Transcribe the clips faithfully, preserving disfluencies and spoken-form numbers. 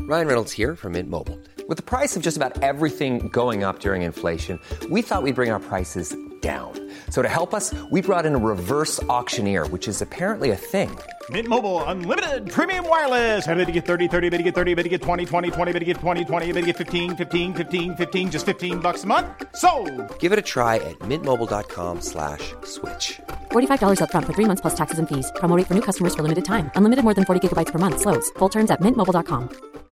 Ryan Reynolds here from Mint Mobile. With the price of just about everything going up during inflation, we thought we'd bring our prices down. So to help us, we brought in a reverse auctioneer, which is apparently a thing. Mint Mobile Unlimited Premium Wireless. How to get thirty, thirty, how to get thirty, how to get twenty, twenty, twenty, how to get twenty, twenty, how to get fifteen, fifteen, fifteen, fifteen, just fifteen bucks a month? Sold! Give it a try at mintmobile.com slash switch. forty-five dollars up front for three months plus taxes and fees. Promo rate for new customers for limited time. Unlimited more than forty gigabytes per month. Slows full terms at mint mobile dot com.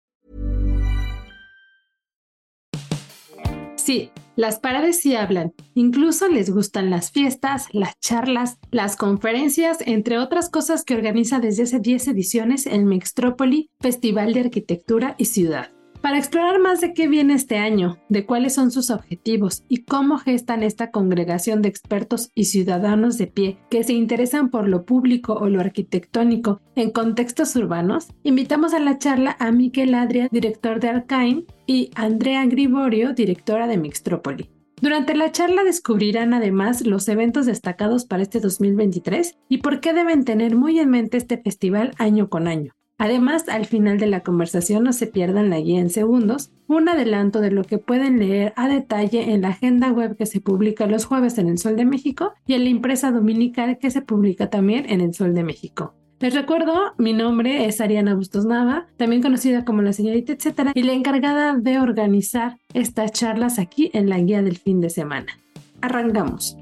Sí, las paredes sí hablan. Incluso les gustan las fiestas, las charlas, las conferencias, entre otras cosas que organiza desde hace diez ediciones el Mextrópoli, Festival de Arquitectura y Ciudad. Para explorar más de qué viene este año, de cuáles son sus objetivos y cómo gestan esta congregación de expertos y ciudadanos de pie que se interesan por lo público o lo arquitectónico en contextos urbanos, invitamos a la charla a Miquel Adria, director de Arcane, y Andrea Griborio, directora de Mextrópoli. Durante la charla descubrirán además los eventos destacados para este dos mil veintitrés y por qué deben tener muy en mente este festival año con año. Además, al final de la conversación no se pierdan la guía en segundos, un adelanto de lo que pueden leer a detalle en la agenda web que se publica los jueves en El Sol de México y en la impresa dominical que se publica también en El Sol de México. Les recuerdo, mi nombre es Ariana Bustos Nava, también conocida como la señorita etcétera, y la encargada de organizar estas charlas aquí en la guía del fin de semana. Arrancamos.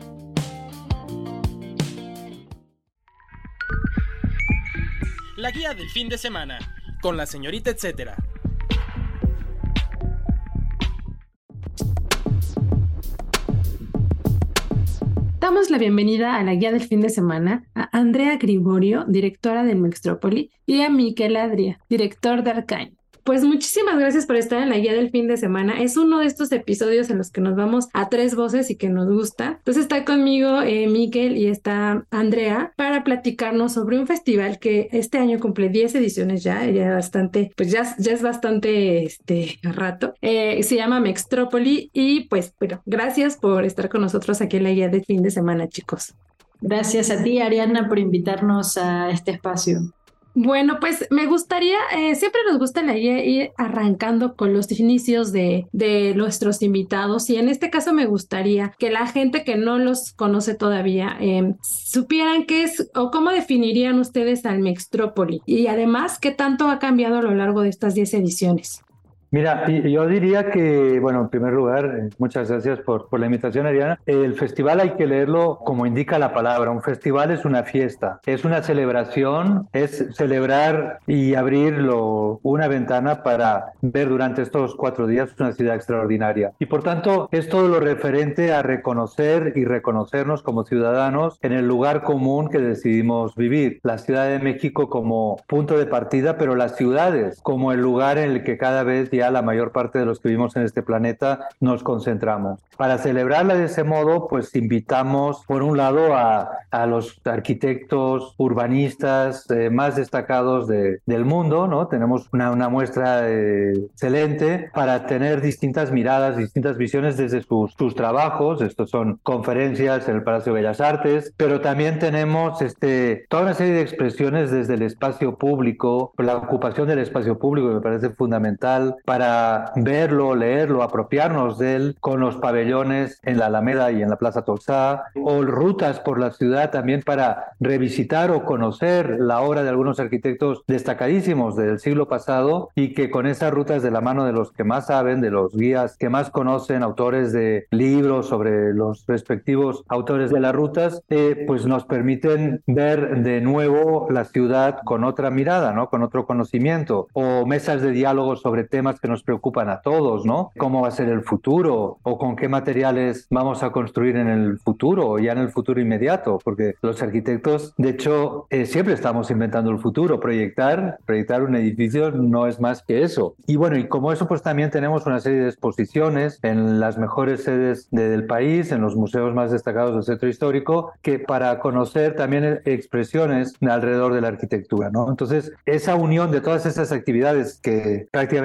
La guía del fin de semana, con la señorita etcétera. Damos la bienvenida a la guía del fin de semana a Andrea Griborio, directora del Mextrópoli, y a Miquel Adria, director de Arcane. Pues muchísimas gracias por estar en la guía del fin de semana. Es uno de estos episodios en los que nos vamos a tres voces y que nos gusta. Entonces está conmigo eh, Miquel y está Andrea para platicarnos sobre un festival que este año cumple diez ediciones ya, ya bastante, pues ya, ya es bastante este rato. Eh, se llama Mextrópoli y pues bueno, gracias por estar con nosotros aquí en la guía del fin de semana, chicos. Gracias a ti, Ariana, por invitarnos a este espacio. Bueno, pues me gustaría, eh, siempre nos gusta en la guía ir arrancando con los inicios de, de nuestros invitados y en este caso me gustaría que la gente que no los conoce todavía eh, supieran qué es o cómo definirían ustedes al Mextrópoli y además qué tanto ha cambiado a lo largo de estas diez ediciones. Mira, yo diría que, bueno, en primer lugar, muchas gracias por, por la invitación, Ariana. El festival hay que leerlo como indica la palabra. Un festival es una fiesta, es una celebración, es celebrar y abrirlo una ventana para ver durante estos cuatro días una ciudad extraordinaria. Y por tanto, es todo lo referente a reconocer y reconocernos como ciudadanos en el lugar común que decidimos vivir. La Ciudad de México como punto de partida, pero las ciudades como el lugar en el que cada vez ya la mayor parte de los que vivimos en este planeta nos concentramos. Para celebrarla de ese modo, pues invitamos por un lado a, a los arquitectos urbanistas eh, más destacados de, del mundo, ¿no? Tenemos una, una muestra eh, excelente para tener distintas miradas, distintas visiones desde sus, sus trabajos. Estos son conferencias en el Palacio de Bellas Artes, pero también tenemos este, toda una serie de expresiones desde el espacio público, la ocupación del espacio público que me parece fundamental, para verlo, leerlo, apropiarnos de él con los pabellones en la Alameda y en la Plaza Tolsá, o rutas por la ciudad también para revisitar o conocer la obra de algunos arquitectos destacadísimos del siglo pasado y que con esas rutas de la mano de los que más saben, de los guías que más conocen, autores de libros sobre los respectivos autores de las rutas, eh, pues nos permiten ver de nuevo la ciudad con otra mirada, ¿no? Con otro conocimiento, o mesas de diálogo sobre temas que nos preocupan a todos, ¿no? ¿Cómo va a ser el futuro? ¿O con qué materiales vamos a construir en el futuro o ya en el futuro inmediato? Porque los arquitectos, de hecho, eh, siempre estamos inventando el futuro. Proyectar, proyectar un edificio no es más que eso. Y bueno, y como eso, pues también tenemos una serie de exposiciones en las mejores sedes de, del país, en los museos más destacados del centro histórico, que para conocer también expresiones alrededor de la arquitectura, ¿no? Entonces, esa unión de todas esas actividades que prácticamente imposible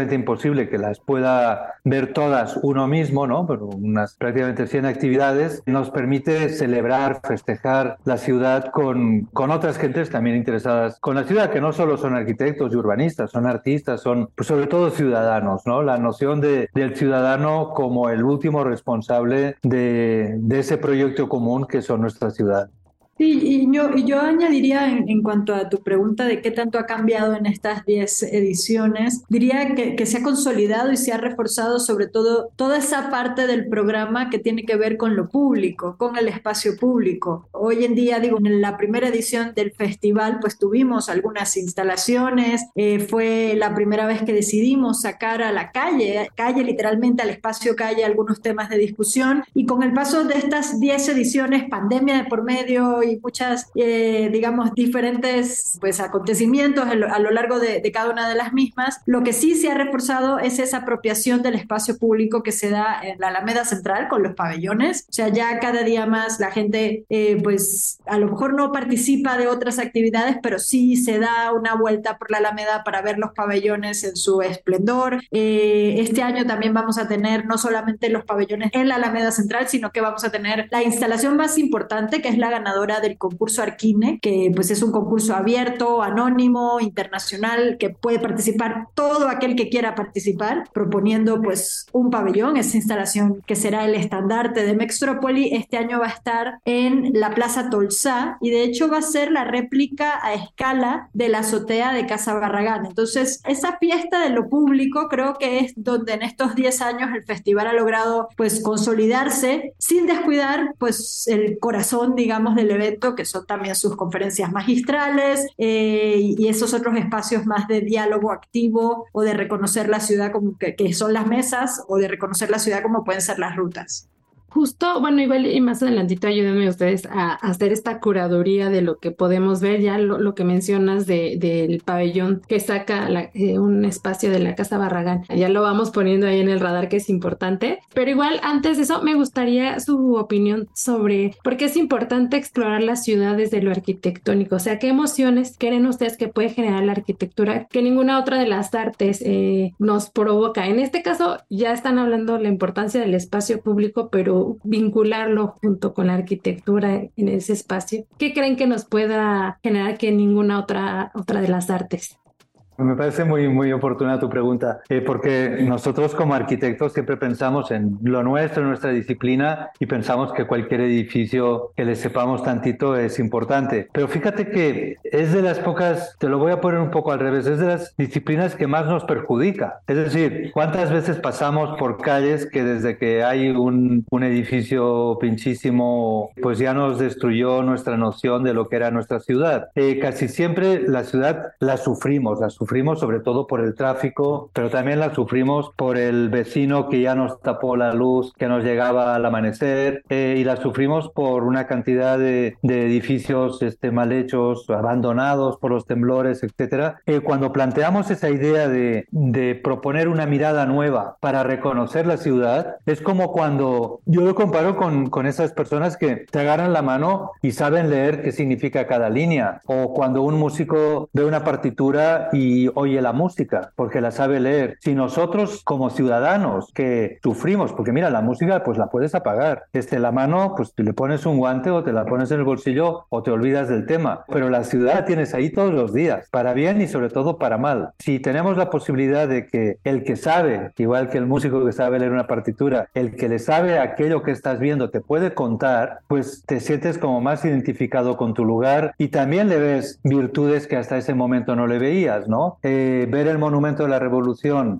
posible que las pueda ver todas uno mismo, ¿no? Pero unas prácticamente cien actividades, nos permite celebrar, festejar la ciudad con, con otras gentes también interesadas con la ciudad, que no solo son arquitectos y urbanistas, son artistas, son pues, sobre todo ciudadanos, ¿no? La noción de, del ciudadano como el último responsable de, de ese proyecto común que son nuestra ciudad. Sí, y yo, y yo añadiría en, en cuanto a tu pregunta de qué tanto ha cambiado en estas diez ediciones, diría que, que se ha consolidado y se ha reforzado sobre todo toda esa parte del programa que tiene que ver con lo público, con el espacio público. Hoy en día, digo, en la primera edición del festival, pues tuvimos algunas instalaciones, eh, fue la primera vez que decidimos sacar a la calle, calle literalmente al espacio calle, algunos temas de discusión, y con el paso de estas diez ediciones, pandemia de por medio y muchas, eh, digamos, diferentes pues, acontecimientos a lo, a lo largo de, de cada una de las mismas. Lo que sí se ha reforzado es esa apropiación del espacio público que se da en la Alameda Central con los pabellones. O sea, ya cada día más la gente, eh, pues, a lo mejor no participa de otras actividades, pero sí se da una vuelta por la Alameda para ver los pabellones en su esplendor. Eh, este año también vamos a tener no solamente los pabellones en la Alameda Central, sino que vamos a tener la instalación más importante, que es la ganadora del concurso Arquine, que pues es un concurso abierto, anónimo, internacional, que puede participar todo aquel que quiera participar, proponiendo pues un pabellón, esa instalación que será el estandarte de Mextrópoli. Este año va a estar en la Plaza Tolsá y de hecho va a ser la réplica a escala de la azotea de Casa Barragán. Entonces, esa fiesta de lo público creo que es donde en estos diez años el festival ha logrado pues consolidarse sin descuidar pues el corazón, digamos, del evento, que son también sus conferencias magistrales eh, y esos otros espacios más de diálogo activo o de reconocer la ciudad como que, que son las mesas, o de reconocer la ciudad como pueden ser las rutas. Justo, bueno, igual y más adelantito ayúdenme ustedes a, a hacer esta curaduría de lo que podemos ver, ya lo, lo que mencionas de, del pabellón que saca la, eh, un espacio de la Casa Barragán, ya lo vamos poniendo ahí en el radar, que es importante, pero igual antes de eso me gustaría su opinión sobre por qué es importante explorar la ciudad desde lo arquitectónico, o sea, qué emociones creen ustedes que puede generar la arquitectura que ninguna otra de las artes eh, nos provoca. En este caso ya están hablando de la importancia del espacio público, pero vincularlo junto con la arquitectura en ese espacio. ¿Qué creen que nos pueda generar que ninguna otra, otra de las artes? Me parece muy, muy oportuna tu pregunta, eh, porque nosotros como arquitectos siempre pensamos en lo nuestro, en nuestra disciplina, y pensamos que cualquier edificio que le sepamos tantito es importante. Pero fíjate que es de las pocas, te lo voy a poner un poco al revés, es de las disciplinas que más nos perjudica. Es decir, ¿cuántas veces pasamos por calles que desde que hay un, un edificio pinchísimo, pues ya nos destruyó nuestra noción de lo que era nuestra ciudad? Eh, casi siempre la ciudad la sufrimos, la sufrimos Sufrimos sobre todo por el tráfico, pero también la sufrimos por el vecino que ya nos tapó la luz que nos llegaba al amanecer, eh, y la sufrimos por una cantidad de, de edificios este, mal hechos, abandonados por los temblores, etcétera. Eh, cuando planteamos esa idea de, de proponer una mirada nueva para reconocer la ciudad, es como cuando yo lo comparo con, con esas personas que te agarran la mano y saben leer qué significa cada línea, o cuando un músico ve una partitura y y oye la música porque la sabe leer. Si nosotros como ciudadanos que sufrimos, porque mira, la música pues la puedes apagar, este, la mano pues le pones un guante o te la pones en el bolsillo o te olvidas del tema, pero la ciudad la tienes ahí todos los días, para bien y sobre todo para mal. Si tenemos la posibilidad de que el que sabe, igual que el músico que sabe leer una partitura, el que le sabe aquello que estás viendo te puede contar, pues te sientes como más identificado con tu lugar y también le ves virtudes que hasta ese momento no le veías, ¿no? Eh, ver el Monumento de la Revolución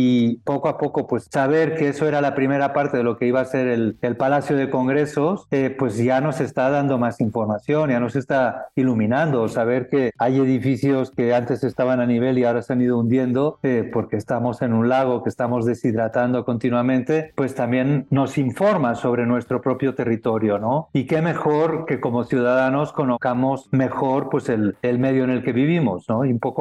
y poco a poco pues saber que eso era la primera parte de lo que iba a ser el, el Palacio de Congresos, eh, pues ya nos está dando más información, ya nos está iluminando, saber que hay edificios que antes estaban a nivel y ahora se han ido hundiendo eh, porque estamos en un lago que estamos deshidratando continuamente, pues también nos informa sobre nuestro propio territorio, ¿no? Y qué mejor que como ciudadanos conozcamos mejor pues el, el medio en el que vivimos, ¿no? Y un poco la propuesta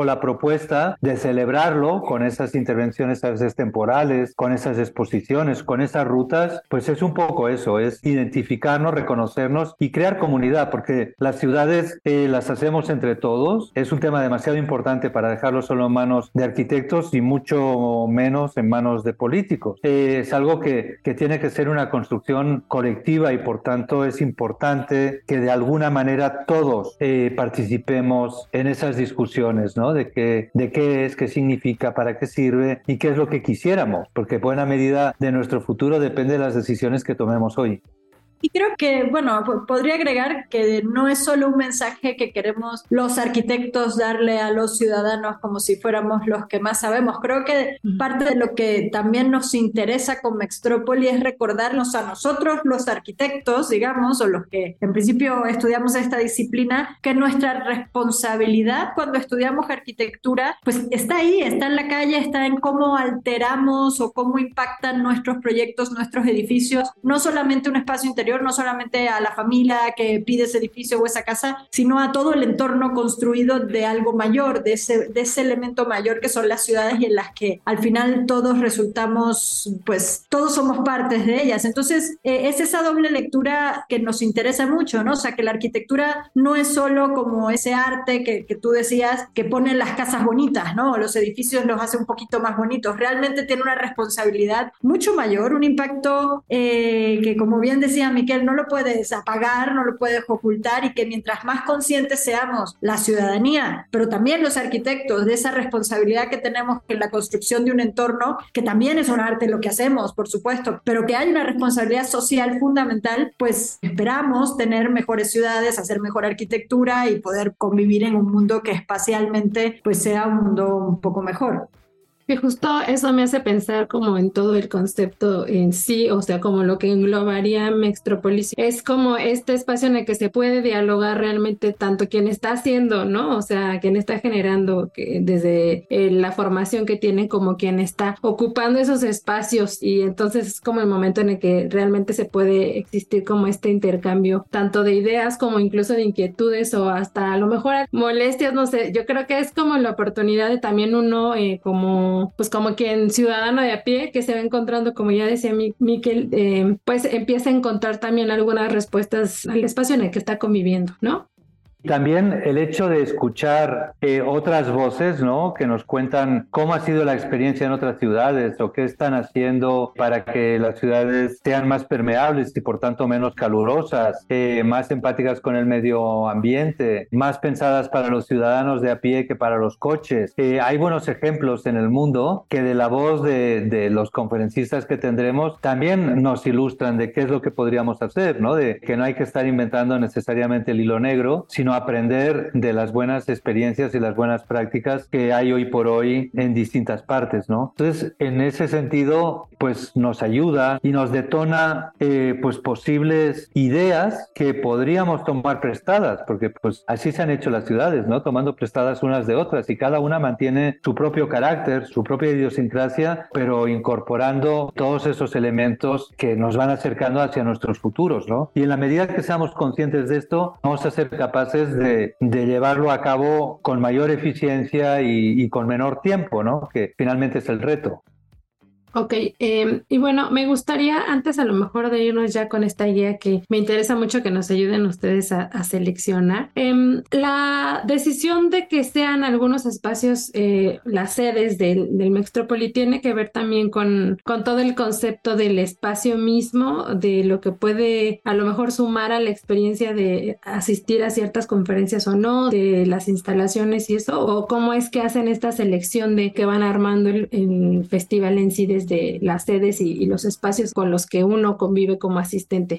propuesta de celebrarlo con esas intervenciones a veces temporales, con esas exposiciones, con esas rutas, pues es un poco eso, es identificarnos, reconocernos y crear comunidad, porque las ciudades eh, las hacemos entre todos. Es un tema demasiado importante para dejarlo solo en manos de arquitectos y mucho menos en manos de políticos. Eh, es algo que, que tiene que ser una construcción colectiva y por tanto es importante que de alguna manera todos eh, participemos en esas discusiones, ¿no? De qué, de qué es, qué significa, para qué sirve y qué es lo que quisiéramos, porque buena medida de nuestro futuro depende de las decisiones que tomemos hoy. Y creo que, bueno, podría agregar que no es solo un mensaje que queremos los arquitectos darle a los ciudadanos como si fuéramos los que más sabemos. Creo que parte de lo que también nos interesa con Mextrópoli es recordarnos a nosotros, los arquitectos, digamos, o los que en principio estudiamos esta disciplina, que nuestra responsabilidad cuando estudiamos arquitectura, pues está ahí, está en la calle, está en cómo alteramos o cómo impactan nuestros proyectos, nuestros edificios, no solamente un espacio interior, no solamente a la familia que pide ese edificio o esa casa, sino a todo el entorno construido de algo mayor, de ese, de ese elemento mayor que son las ciudades y en las que al final todos resultamos, pues todos somos partes de ellas. Entonces eh, es esa doble lectura que nos interesa mucho, ¿no? O sea, que la arquitectura no es solo como ese arte que, que tú decías, que pone las casas bonitas, ¿no? Los edificios los hace un poquito más bonitos. Realmente tiene una responsabilidad mucho mayor, un impacto eh, que, como bien decía Miquel, no lo puedes apagar, no lo puedes ocultar, y que mientras más conscientes seamos la ciudadanía, pero también los arquitectos, de esa responsabilidad que tenemos en la construcción de un entorno, que también es un arte lo que hacemos, por supuesto, pero que hay una responsabilidad social fundamental, pues esperamos tener mejores ciudades, hacer mejor arquitectura y poder convivir en un mundo que espacialmente pues sea un mundo un poco mejor. Que justo eso me hace pensar como en todo el concepto en sí, o sea, como lo que englobaría Mextrópolis. Es como este espacio en el que se puede dialogar realmente tanto quien está haciendo, ¿no? O sea, quien está generando que desde eh, la formación que tiene, como quien está ocupando esos espacios, y entonces es como el momento en el que realmente se puede existir como este intercambio, tanto de ideas como incluso de inquietudes o hasta a lo mejor molestias, no sé. Yo creo que es como la oportunidad de también uno eh, como pues como quien ciudadano de a pie que se va encontrando, como ya decía Miquel, eh, pues empieza a encontrar también algunas respuestas al espacio en el que está conviviendo, ¿no? También el hecho de escuchar eh, otras voces, ¿no? Que nos cuentan cómo ha sido la experiencia en otras ciudades o qué están haciendo para que las ciudades sean más permeables y por tanto menos calurosas, eh, más empáticas con el medio ambiente, más pensadas para los ciudadanos de a pie que para los coches. Eh, hay buenos ejemplos en el mundo que de la voz de, de los conferencistas que tendremos también nos ilustran de qué es lo que podríamos hacer, ¿no? De que no hay que estar inventando necesariamente el hilo negro, sino aprender de las buenas experiencias y las buenas prácticas que hay hoy por hoy en distintas partes, ¿no? Entonces, en ese sentido, pues nos ayuda y nos detona eh, pues posibles ideas que podríamos tomar prestadas, porque pues así se han hecho las ciudades, ¿no? Tomando prestadas unas de otras, y cada una mantiene su propio carácter, su propia idiosincrasia, pero incorporando todos esos elementos que nos van acercando hacia nuestros futuros, ¿no? Y en la medida que seamos conscientes de esto, vamos a ser capaces De, de llevarlo a cabo con mayor eficiencia y, y con menor tiempo, ¿no? Que finalmente es el reto. Ok, eh, y bueno, me gustaría antes a lo mejor de irnos ya con esta guía que me interesa mucho que nos ayuden ustedes a, a seleccionar. Eh, la decisión de que sean algunos espacios eh, las sedes del, del Mextrópoli tiene que ver también con, con todo el concepto del espacio mismo, de lo que puede a lo mejor sumar a la experiencia de asistir a ciertas conferencias o no, de las instalaciones y eso, o cómo es que hacen esta selección de que van armando el, el festival en sí desde de las sedes y, y los espacios con los que uno convive como asistente.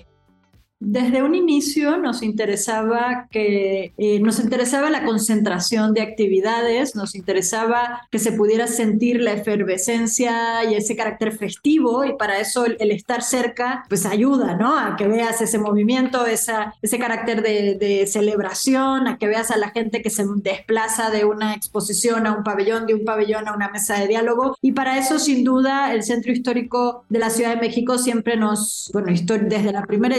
Desde un inicio nos interesaba que eh, nos interesaba la concentración de actividades, nos interesaba que se pudiera sentir la efervescencia y ese carácter festivo, y para eso el, el estar cerca pues ayuda, ¿no? A que veas ese movimiento, esa, ese carácter de, de celebración, a que veas a la gente que se desplaza de una exposición a un pabellón, de un pabellón a una mesa de diálogo, y para eso sin duda el Centro Histórico de la Ciudad de México siempre nos, bueno, desde la primera edición, pero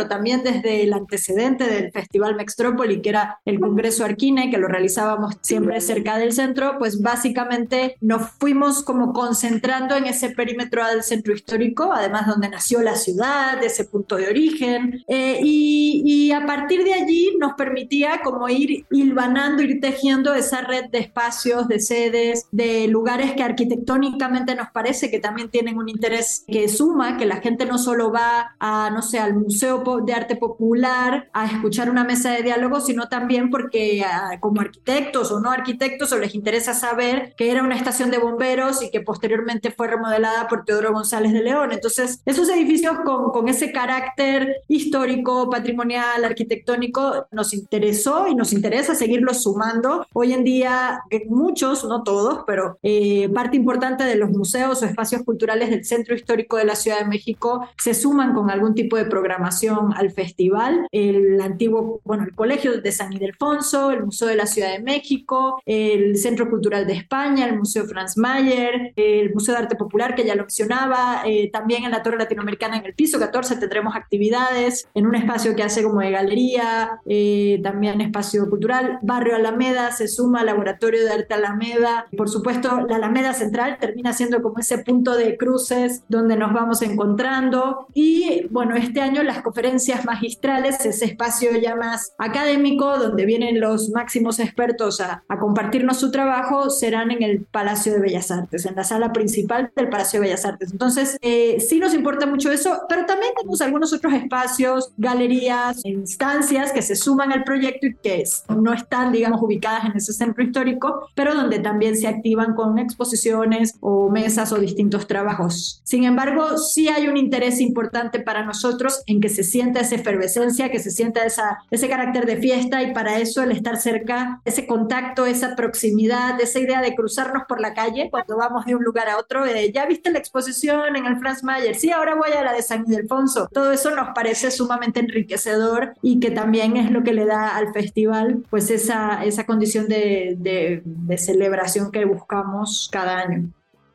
pero también desde el antecedente del Festival Mextrópoli, que era el Congreso Arquine, que lo realizábamos siempre cerca del centro, pues básicamente nos fuimos como concentrando en ese perímetro del centro histórico, además donde nació la ciudad, ese punto de origen, eh, y, y a partir de allí nos permitía como ir hilvanando, ir tejiendo esa red de espacios, de sedes, de lugares que arquitectónicamente nos parece que también tienen un interés que suma, que la gente no solo va a, no sé, al Museo de Arte Popular a escuchar una mesa de diálogo, sino también porque a, como arquitectos o no arquitectos o les interesa saber que era una estación de bomberos y que posteriormente fue remodelada por Teodoro González de León. Entonces, esos edificios con, con ese carácter histórico, patrimonial, arquitectónico, nos interesó y nos interesa seguirlos sumando. Hoy en día, muchos, no todos, pero eh, parte importante de los museos o espacios culturales del Centro Histórico de la Ciudad de México se suman con algún tipo de programación al festival. El antiguo, bueno, el Colegio de San Ildefonso, el Museo de la Ciudad de México, el Centro Cultural de España, el Museo Franz Mayer, el Museo de Arte Popular, que ya lo mencionaba, eh, también en la Torre Latinoamericana en el piso catorce tendremos actividades en un espacio que hace como de galería, eh, también espacio cultural. Barrio Alameda se suma, Laboratorio de Arte Alameda. Por supuesto, la Alameda Central termina siendo como ese punto de cruces donde nos vamos encontrando. Y bueno, este año las conferencias magistrales, ese espacio ya más académico, donde vienen los máximos expertos a, a compartirnos su trabajo, serán en el Palacio de Bellas Artes, en la sala principal del Palacio de Bellas Artes. Entonces, eh, sí nos importa mucho eso, pero también tenemos algunos otros espacios, galerías, instancias que se suman al proyecto y que no están, digamos, ubicadas en ese centro histórico, pero donde también se activan con exposiciones o mesas o distintos trabajos. Sin embargo, sí hay un interés importante para nosotros en que se sienta esa efervescencia, que se sienta esa, ese carácter de fiesta, y para eso el estar cerca, ese contacto, esa proximidad, esa idea de cruzarnos por la calle cuando vamos de un lugar a otro, eh, ya viste la exposición en el Franz Mayer, sí, ahora voy a la de San Ildefonso. Todo eso nos parece sumamente enriquecedor y que también es lo que le da al festival pues esa, esa condición de, de, de celebración que buscamos cada año.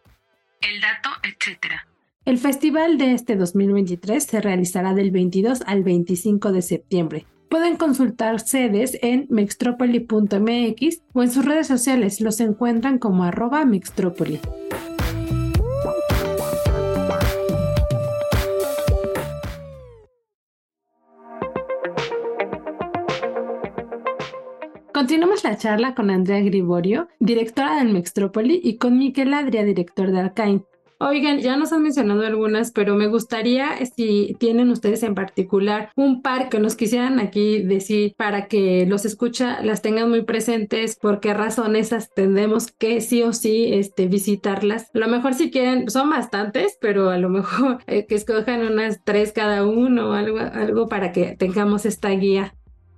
El dato, etcétera. El festival de este dos mil veintitrés se realizará del veintidós al veinticinco de septiembre. Pueden consultar sedes en mextropoli punto m x o en sus redes sociales. Los encuentran como arroba mextropoli. Continuamos la charla con Andrea Griborio, directora del Mextrópoli, y con Miquel Adria, director de Arcain. Oigan, ya nos han mencionado algunas, pero me gustaría, si tienen ustedes en particular un par que nos quisieran aquí decir para que los escucha las tengan muy presentes, por qué razones tendremos que sí o sí este, visitarlas. A lo mejor si quieren, son bastantes, pero a lo mejor eh, que escojan unas tres cada uno o algo, algo para que tengamos esta guía.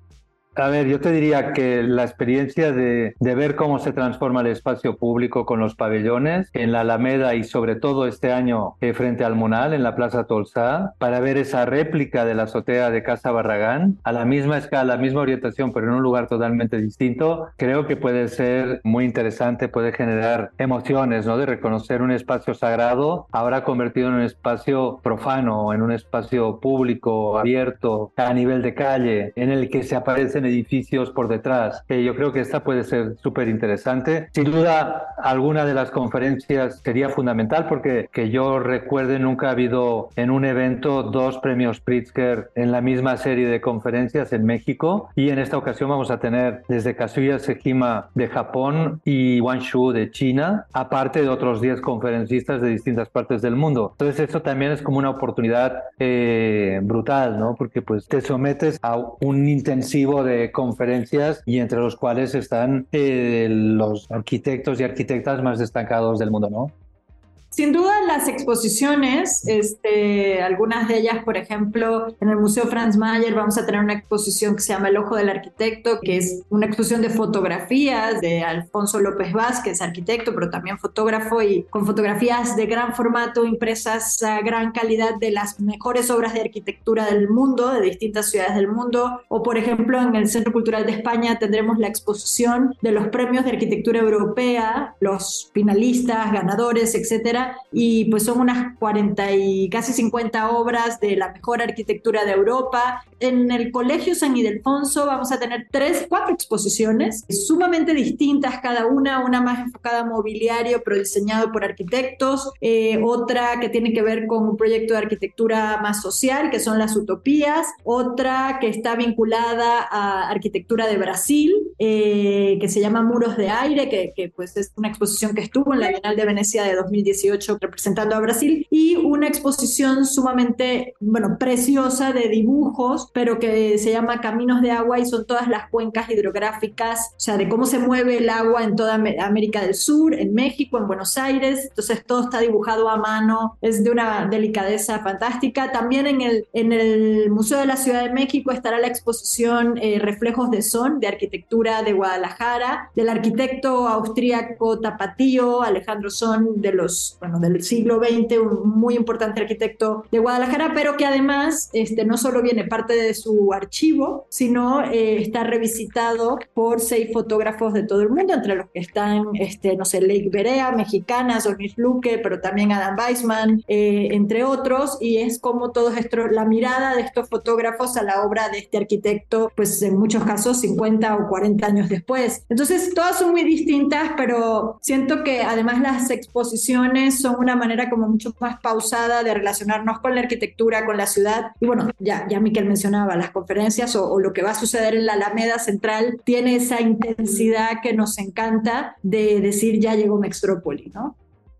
A ver, yo te diría que la experiencia de, de ver cómo se transforma el espacio público con los pabellones en la Alameda y sobre todo este año eh, frente al Monal, en la Plaza Tolsá, para ver esa réplica de la azotea de Casa Barragán, a la misma escala, misma orientación, pero en un lugar totalmente distinto, creo que puede ser muy interesante, puede generar emociones, ¿no? De reconocer un espacio sagrado ahora convertido en un espacio profano, en un espacio público, abierto, a nivel de calle, en el que se aparecen edificios por detrás. Eh, yo creo que esta puede ser súper interesante. Sin duda, alguna de las conferencias sería fundamental porque que yo recuerde nunca ha habido en un evento dos premios Pritzker en la misma serie de conferencias en México, y en esta ocasión vamos a tener desde Kazuya Sejima de Japón y Wang Shu de China, aparte de otros diez conferencistas de distintas partes del mundo. Entonces esto también es como una oportunidad eh, brutal, ¿no? Porque pues te sometes a un intensivo de conferencias y entre los cuales están eh, los arquitectos y arquitectas más destacados del mundo, ¿no? Sin duda las exposiciones, este, algunas de ellas, por ejemplo, en el Museo Franz Mayer vamos a tener una exposición que se llama El Ojo del Arquitecto, que es una exposición de fotografías de Alfonso López Vázquez, arquitecto, pero también fotógrafo, y con fotografías de gran formato impresas a gran calidad de las mejores obras de arquitectura del mundo, de distintas ciudades del mundo. O, por ejemplo, en el Centro Cultural de España tendremos la exposición de los premios de arquitectura europea, los finalistas, ganadores, etcétera, etcétera, y pues son unas cuarenta y casi cincuenta obras de la mejor arquitectura de Europa. En el Colegio San Ildefonso vamos a tener tres, cuatro exposiciones sumamente distintas cada una, una más enfocada a mobiliario pero diseñado por arquitectos, eh, otra que tiene que ver con un proyecto de arquitectura más social que son las utopías, otra que está vinculada a arquitectura de Brasil, eh, que se llama Muros de Aire, que, que pues es una exposición que estuvo en la Bienal de Venecia de dos mil dieciocho representando a Brasil, y una exposición sumamente, bueno, preciosa de dibujos, pero que se llama Caminos de Agua y son todas las cuencas hidrográficas, o sea, de cómo se mueve el agua en toda América del Sur, en México, en Buenos Aires. Entonces todo está dibujado a mano, es de una delicadeza fantástica. También en el, en el Museo de la Ciudad de México estará la exposición eh, Reflejos de Son, de arquitectura de Guadalajara, del arquitecto austríaco tapatío Alejandro Son, de los, bueno, del siglo veinte, un muy importante arquitecto de Guadalajara, pero que además este, no solo viene parte de su archivo, sino eh, está revisitado por seis fotógrafos de todo el mundo, entre los que están, este, no sé, Lake Berea, mexicana, Sonir Luque, pero también Adam Weissman, eh, entre otros, y es como todos estos, la mirada de estos fotógrafos a la obra de este arquitecto, pues en muchos casos cincuenta o cuarenta años después. Entonces todas son muy distintas, pero siento que además las exposiciones son una manera como mucho más pausada de relacionarnos con la arquitectura, con la ciudad, y bueno, ya, ya Miquel mencionaba, las conferencias o, o lo que va a suceder en la Alameda Central tiene esa intensidad que nos encanta de decir ya llegó Mextrópoli, ¿no?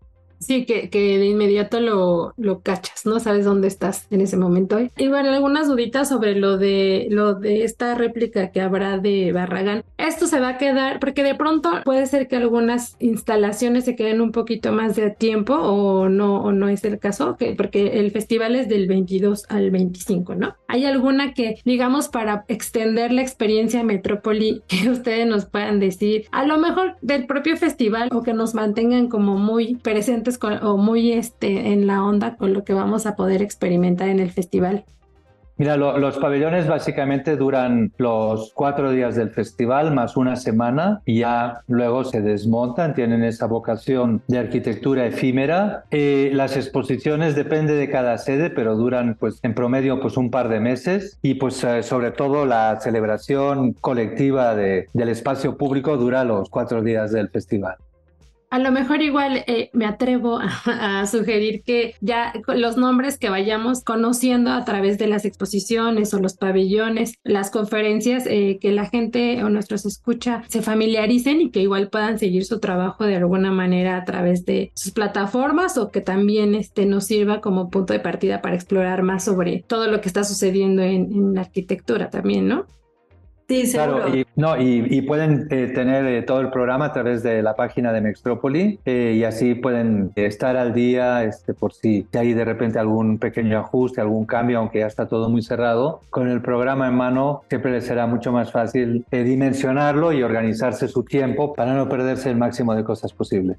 Sí, que, que de inmediato lo, lo cachas, ¿no? Sabes dónde estás en ese momento. Y bueno, algunas duditas sobre lo de, lo de esta réplica que habrá de Barragán. Esto se va a quedar, porque de pronto puede ser que algunas instalaciones se queden un poquito más de tiempo o no, o no es el caso, que, porque el festival es del veintidós al veinticinco, ¿no? ¿Hay alguna que, digamos, para extender la experiencia Metrópoli, que ustedes nos puedan decir, a lo mejor del propio festival, o que nos mantengan como muy presentes con, o muy este, en la onda con lo que vamos a poder experimentar en el festival? Mira, lo, los pabellones básicamente duran los cuatro días del festival más una semana y ya luego se desmontan, tienen esa vocación de arquitectura efímera. Eh, las exposiciones depende de cada sede, pero duran pues en promedio pues un par de meses y pues eh, sobre todo la celebración colectiva de, del espacio público dura los cuatro días del festival. A lo mejor igual eh, me atrevo a, a sugerir que ya los nombres que vayamos conociendo a través de las exposiciones o los pabellones, las conferencias, eh, que la gente o nuestros escucha se familiaricen y que igual puedan seguir su trabajo de alguna manera a través de sus plataformas, o que también este, nos sirva como punto de partida para explorar más sobre todo lo que está sucediendo en, en la arquitectura también, ¿no? Sí, seguro. Claro, y, no, y, y pueden eh, tener eh, todo el programa a través de la página de Mextrópoli eh, y así pueden estar al día este, por si hay de repente algún pequeño ajuste, algún cambio, aunque ya está todo muy cerrado. Con el programa en mano siempre les será mucho más fácil eh, dimensionarlo y organizarse su tiempo para no perderse el máximo de cosas posibles.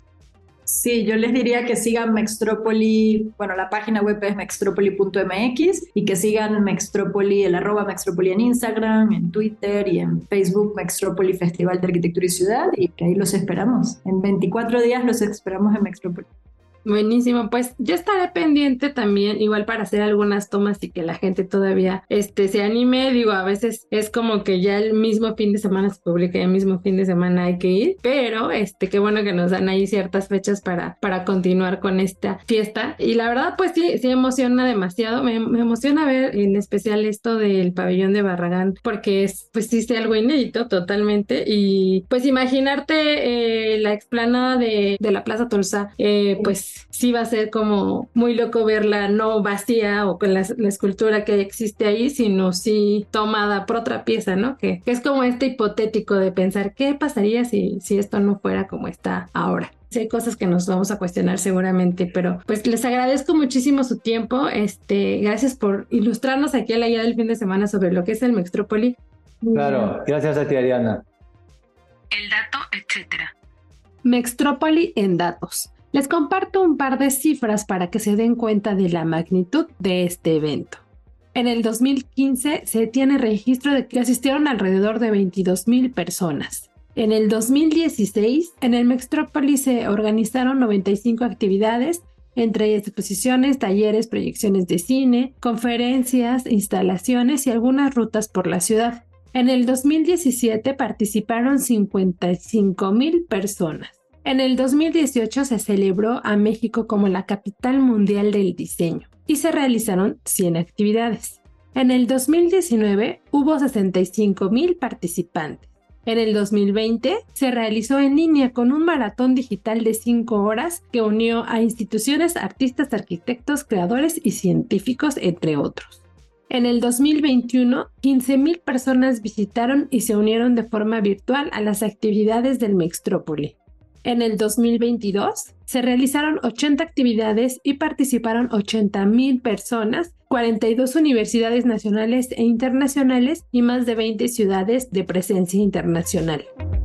Sí, yo les diría que sigan Mextrópoli, bueno, la página web es mextrópoli punto m x, y que sigan Mextrópoli, el arroba Mextrópoli en Instagram, en Twitter y en Facebook, Mextrópoli Festival de Arquitectura y Ciudad, y que ahí los esperamos. En veinticuatro días los esperamos en Mextrópoli. Buenísimo, pues yo estaré pendiente también, igual para hacer algunas tomas y que la gente todavía este, se anime. Digo, a veces es como que ya el mismo fin de semana se publica y el mismo fin de semana hay que ir, pero este, qué bueno que nos dan ahí ciertas fechas para, para continuar con esta fiesta. Y la verdad, pues sí, sí emociona demasiado, me, me emociona ver en especial esto del pabellón de Barragán, porque es, pues sí, es algo inédito totalmente. Y pues imaginarte eh, la explanada de, de la Plaza Tolsa, eh, pues sí va a ser como muy loco verla no vacía o con la, la escultura que existe ahí, sino sí tomada por otra pieza, ¿no? Que, que es como este hipotético de pensar qué pasaría si, si esto no fuera como está ahora. Sí, hay cosas que nos vamos a cuestionar seguramente, pero pues les agradezco muchísimo su tiempo. Este, gracias por ilustrarnos aquí a la guía del fin de semana sobre lo que es el Mextrópoli. Claro, gracias a ti, Ariana. El dato, etcétera. Mextrópoli en datos. Les comparto un par de cifras para que se den cuenta de la magnitud de este evento. En el dos mil quince se tiene registro de que asistieron alrededor de veintidós mil personas. En el dos mil dieciséis, en el Mextrópoli se organizaron noventa y cinco actividades entre ellas exposiciones, talleres, proyecciones de cine, conferencias, instalaciones y algunas rutas por la ciudad. En el dos mil diecisiete participaron cincuenta y cinco mil personas. En el dos mil dieciocho se celebró a México como la capital mundial del diseño y se realizaron cien actividades. En el dos mil diecinueve hubo sesenta y cinco mil participantes. En el dos mil veinte se realizó en línea con un maratón digital de cinco horas que unió a instituciones, artistas, arquitectos, creadores y científicos, entre otros. En el dos mil veintiuno, quince mil personas visitaron y se unieron de forma virtual a las actividades del Mextrópoli. En el dos mil veintidós se realizaron ochenta actividades y participaron ochenta mil personas, cuarenta y dos universidades nacionales e internacionales y más de veinte ciudades de presencia internacional.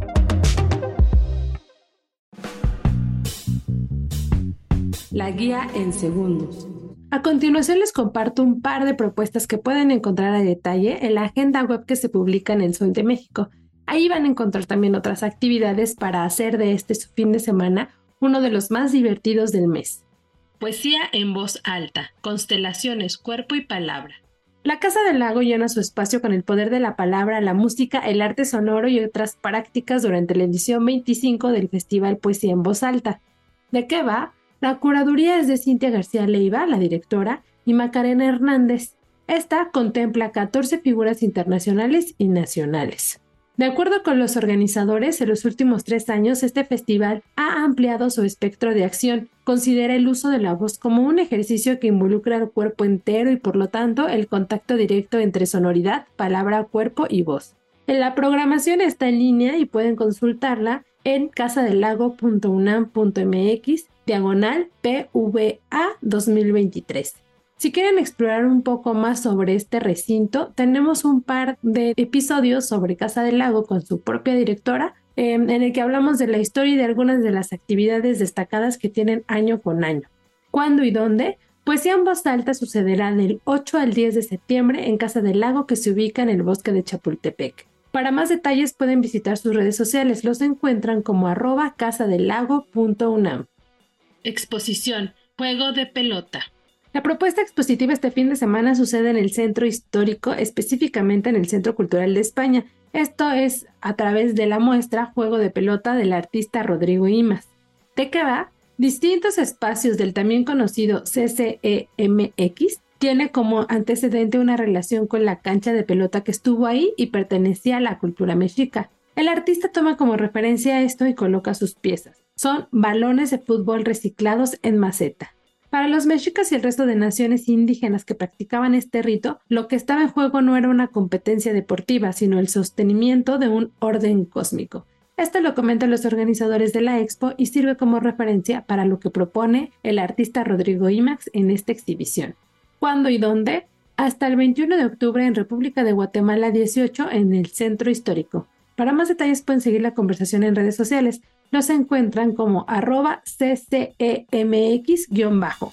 La guía en segundos. A continuación les comparto un par de propuestas que pueden encontrar a detalle en la agenda web que se publica en El Sol de México. Ahí van a encontrar también otras actividades para hacer de este su fin de semana uno de los más divertidos del mes. Poesía en voz alta, constelaciones, cuerpo y palabra. La Casa del Lago llena su espacio con el poder de la palabra, la música, el arte sonoro y otras prácticas durante la edición veinticinco del Festival Poesía en Voz Alta. ¿De qué va? La curaduría es de Cintia García Leiva, la directora, y Macarena Hernández. Esta contempla catorce figuras internacionales y nacionales. De acuerdo con los organizadores, en los últimos tres años este festival ha ampliado su espectro de acción. Considera el uso de la voz como un ejercicio que involucra al cuerpo entero y por lo tanto el contacto directo entre sonoridad, palabra, cuerpo y voz. La programación está en línea y pueden consultarla en casadelago punto unam punto mx diagonal P V A dos mil veintitrés. Si quieren explorar un poco más sobre este recinto, tenemos un par de episodios sobre Casa del Lago con su propia directora, eh, en el que hablamos de la historia y de algunas de las actividades destacadas que tienen año con año. ¿Cuándo y dónde? Poesía en voz alta sucederá del ocho al diez de septiembre en Casa del Lago, que se ubica en el bosque de Chapultepec. Para más detalles pueden visitar sus redes sociales, los encuentran como arroba casadelago punto unam. Exposición, juego de pelota. La propuesta expositiva este fin de semana sucede en el Centro Histórico, específicamente en el Centro Cultural de España. Esto es a través de la muestra Juego de Pelota del artista Rodrigo Imaz. ¿De qué va? Distintos espacios del también conocido C C E M X tiene como antecedente una relación con la cancha de pelota que estuvo ahí y pertenecía a la cultura mexica. El artista toma como referencia esto y coloca sus piezas. Son balones de fútbol reciclados en maceta. Para los mexicas y el resto de naciones indígenas que practicaban este rito, lo que estaba en juego no era una competencia deportiva, sino el sostenimiento de un orden cósmico. Esto lo comentan los organizadores de la expo y sirve como referencia para lo que propone el artista Rodrigo Imaz en esta exhibición. ¿Cuándo y dónde? Hasta el veintiuno de octubre en República de Guatemala dieciocho en el Centro Histórico. Para más detalles pueden seguir la conversación en redes sociales. Los encuentran como arroba C C E M X guión bajo.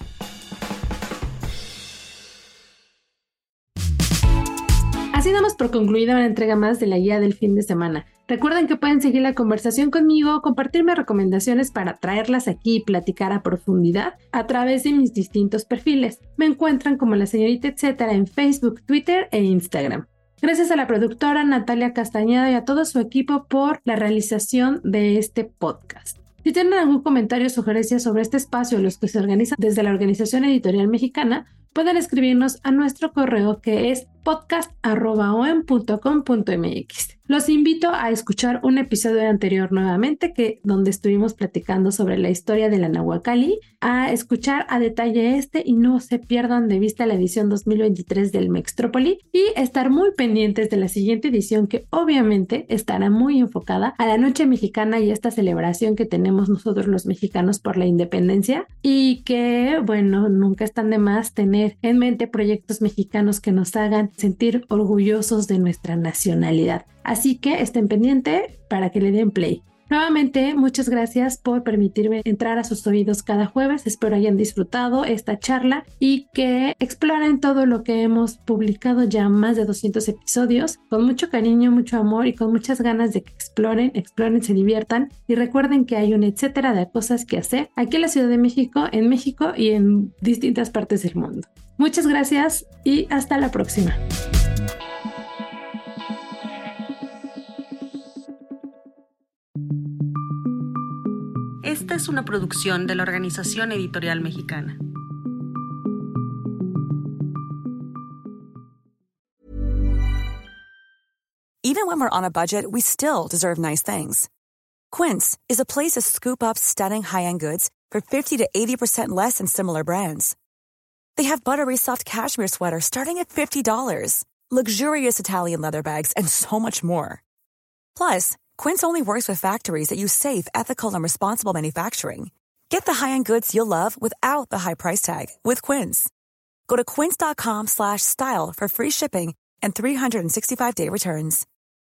Así damos por concluida una entrega más de la guía del fin de semana. Recuerden que pueden seguir la conversación conmigo, compartirme recomendaciones para traerlas aquí y platicar a profundidad a través de mis distintos perfiles. Me encuentran como la señorita etcétera en Facebook, Twitter e Instagram. Gracias a la productora Natalia Castañeda y a todo su equipo por la realización de este podcast. Si tienen algún comentario o sugerencia sobre este espacio, los que se organizan desde la Organización Editorial Mexicana, pueden escribirnos a nuestro correo que es podcast arroba o m punto com punto m x. Los invito a escuchar un episodio anterior nuevamente que, donde estuvimos platicando sobre la historia de la Nahuacalli, a escuchar a detalle este y no se pierdan de vista la edición dos mil veintitrés del Mextrópoli y estar muy pendientes de la siguiente edición que obviamente estará muy enfocada a la Noche Mexicana y esta celebración que tenemos nosotros los mexicanos por la independencia y que, bueno, nunca están de más tener en mente proyectos mexicanos que nos hagan sentir orgullosos de nuestra nacionalidad. Así que estén pendientes para que le den play. Nuevamente, muchas gracias por permitirme entrar a sus oídos cada jueves. Espero hayan disfrutado esta charla y que exploren todo lo que hemos publicado ya más de doscientos episodios con mucho cariño, mucho amor y con muchas ganas de que exploren, exploren, se diviertan y recuerden que hay un etcétera de cosas que hacer aquí en la Ciudad de México, en México y en distintas partes del mundo. Muchas gracias y hasta la próxima. Esta es una producción de la Organización Editorial Mexicana. Even when we're on a budget, we still deserve nice things. Quince is a place to scoop up stunning high-end goods for fifty to eighty percent less than similar brands. They have buttery soft cashmere sweaters starting at fifty dollars, luxurious Italian leather bags, and so much more. Plus, Quince only works with factories that use safe, ethical, and responsible manufacturing. Get the high-end goods you'll love without the high price tag with Quince. Go to quince.com slash style for free shipping and three sixty-five day returns.